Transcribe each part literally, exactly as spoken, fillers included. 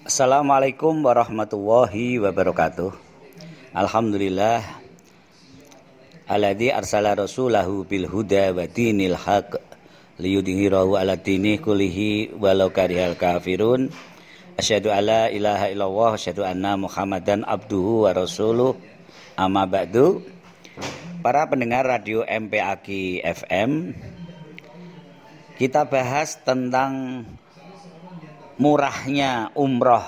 Assalamualaikum warahmatullahi wabarakatuh. Alhamdulillah alladzi arsala rasulahu bil huda wa dinil haq liyudhhirahu 'ala dini kullihi walau karihal kafirun. Asyhadu alla ilaha illallah wa asyhadu anna Muhammadan abduhu wa rasuluh. Amma ba'du. Para pendengar radio M P A G F M, kita bahas tentang murahnya umroh.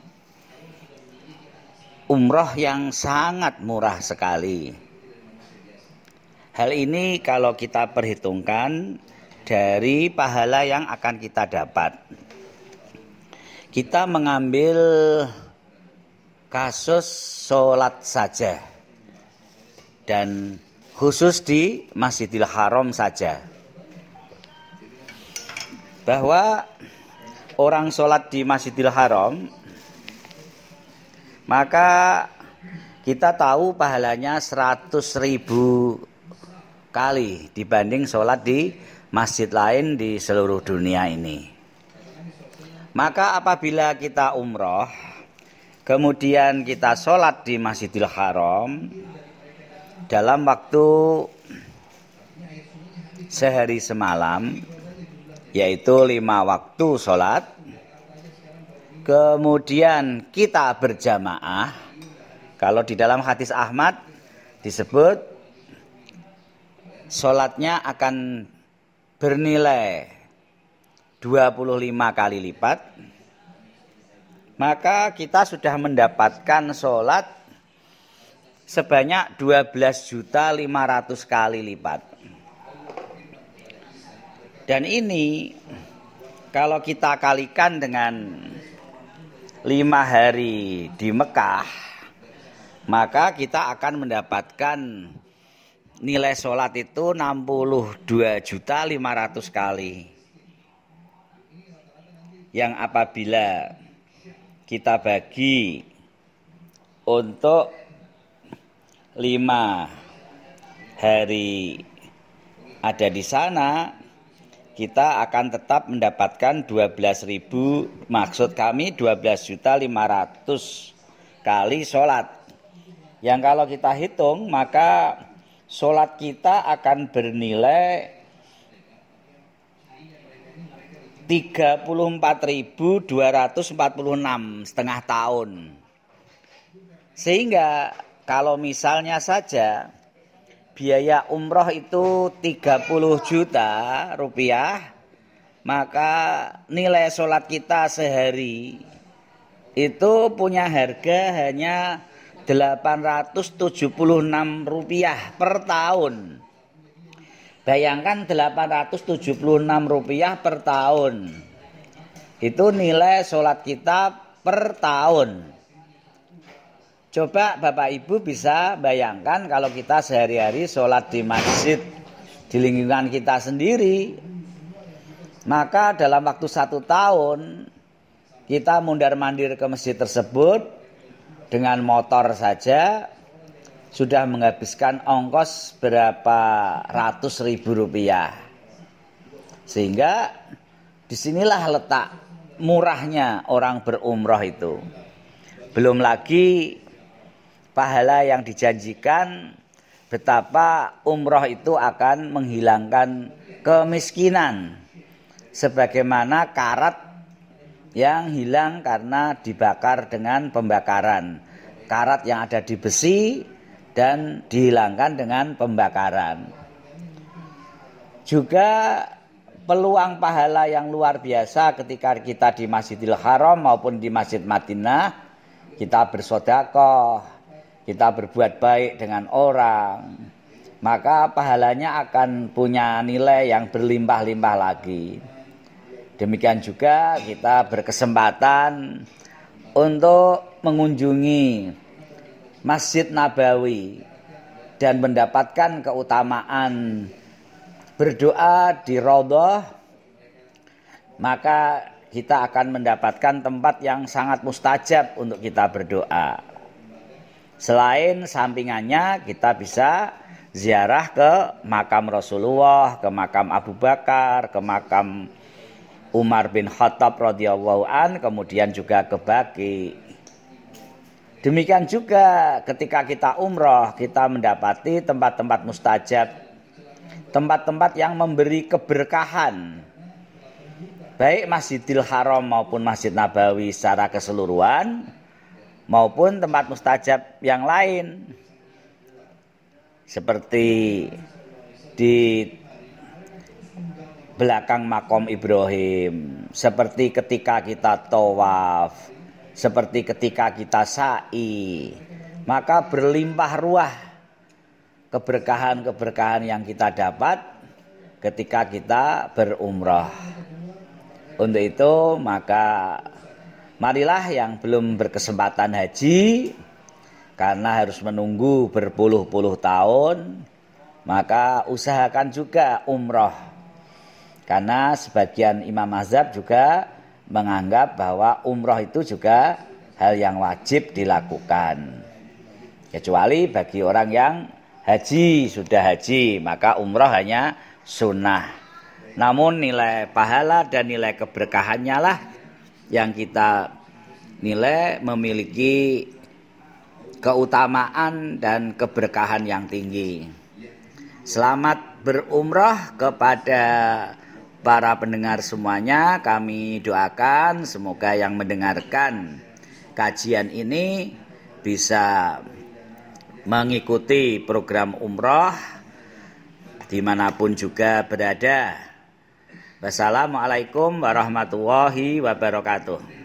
Umroh yang sangat murah sekali. Hal ini kalau kita perhitungkan dari pahala yang akan kita dapat. Kita mengambil kasus sholat saja, dan khusus di Masjidil Haram saja, bahwa orang sholat di Masjidil Haram, maka kita tahu pahalanya seratus ribu kali dibanding sholat di masjid lain di seluruh dunia ini. Maka apabila kita umroh, kemudian kita sholat di Masjidil Haram dalam waktu sehari semalam, yaitu lima waktu sholat, kemudian kita berjamaah. Kalau di dalam hadis Ahmad disebut sholatnya akan bernilai dua puluh lima kali lipat, maka kita sudah mendapatkan sholat sebanyak dua belas juta lima ratus kali lipat. Dan ini kalau kita kalikan dengan lima hari di Mekah, maka kita akan mendapatkan nilai sholat itu enam puluh dua juta lima ratus kali. Yang apabila kita bagi untuk lima hari ada di sana, kita akan tetap mendapatkan dua belas ribu, maksud kami dua belas juta lima ratus kali sholat. Yang kalau kita hitung, maka sholat kita akan bernilai tiga puluh empat ribu dua ratus empat puluh enam setengah tahun. Sehingga kalau misalnya saja biaya umroh itu tiga puluh juta rupiah, maka nilai sholat kita sehari itu punya harga hanya delapan ratus tujuh puluh enam rupiah per tahun. Bayangkan delapan ratus tujuh puluh enam rupiah per tahun. Itu nilai sholat kita per tahun. Coba Bapak Ibu bisa bayangkan kalau kita sehari-hari sholat di masjid di lingkungan kita sendiri, maka dalam waktu satu tahun kita mundar-mandir ke masjid tersebut dengan motor saja sudah menghabiskan ongkos berapa ratus ribu rupiah. Sehingga disinilah letak murahnya orang berumroh itu. Belum lagi pahala yang dijanjikan, betapa umroh itu akan menghilangkan kemiskinan, sebagaimana karat yang hilang karena dibakar dengan pembakaran, karat yang ada di besi dan dihilangkan dengan pembakaran. Juga peluang pahala yang luar biasa ketika kita di Masjidil Haram maupun di Masjid Madinah, kita bersedekah, kita berbuat baik dengan orang, maka pahalanya akan punya nilai yang berlimpah-limpah lagi. Demikian juga kita berkesempatan untuk mengunjungi Masjid Nabawi dan mendapatkan keutamaan berdoa di Raudhah, maka kita akan mendapatkan tempat yang sangat mustajab untuk kita berdoa. Selain sampingannya, kita bisa ziarah ke makam Rasulullah, ke makam Abu Bakar, ke makam Umar bin Khattab radhiyallahu an, kemudian juga kebaki. Demikian juga ketika kita umroh, kita mendapati tempat-tempat mustajab, tempat-tempat yang memberi keberkahan, baik Masjidil Haram maupun Masjid Nabawi secara keseluruhan, maupun tempat mustajab yang lain, seperti di belakang makom Ibrahim, seperti ketika kita tawaf, seperti ketika kita sa'i, maka berlimpah ruah keberkahan-keberkahan yang kita dapat ketika kita berumrah. Untuk itu maka marilah yang belum berkesempatan haji karena harus menunggu berpuluh-puluh tahun, maka usahakan juga umrah. Karena sebagian imam mazhab juga menganggap bahwa umrah itu juga hal yang wajib dilakukan. Kecuali bagi orang yang haji, sudah haji, maka umrah hanya sunnah. Namun nilai pahala dan nilai keberkahannya lah yang kita nilai memiliki keutamaan dan keberkahan yang tinggi. Selamat berumrah kepada para pendengar semuanya. Kami doakan semoga yang mendengarkan kajian ini bisa mengikuti program umrah dimanapun juga berada. Wassalamualaikum warahmatullahi wabarakatuh.